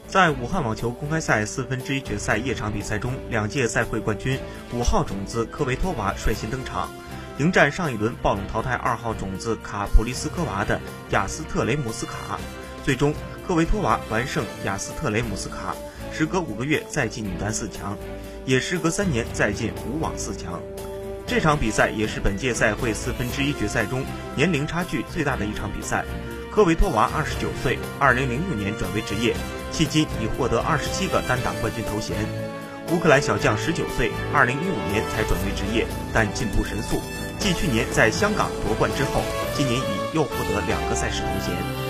在武汉网球公开赛1/4决赛夜场比赛中，两届赛会冠军5号种子科维托娃率先登场，迎战上一轮爆冷淘汰2号种子卡普利斯科娃的雅斯特雷姆斯卡。最终，科维托娃完胜雅斯特雷姆斯卡，时隔5个月再进女单4强，也时隔3年再进无网4强。这场比赛也是本届赛会1/4决赛中年龄差距最大的一场比赛。科维托娃29岁，2006年转为职业，迄今已获得27个单打冠军头衔。乌克兰小将19岁，2015年才转为职业，但进步神速，继去年在香港夺冠之后，今年已又获得2个赛事头衔。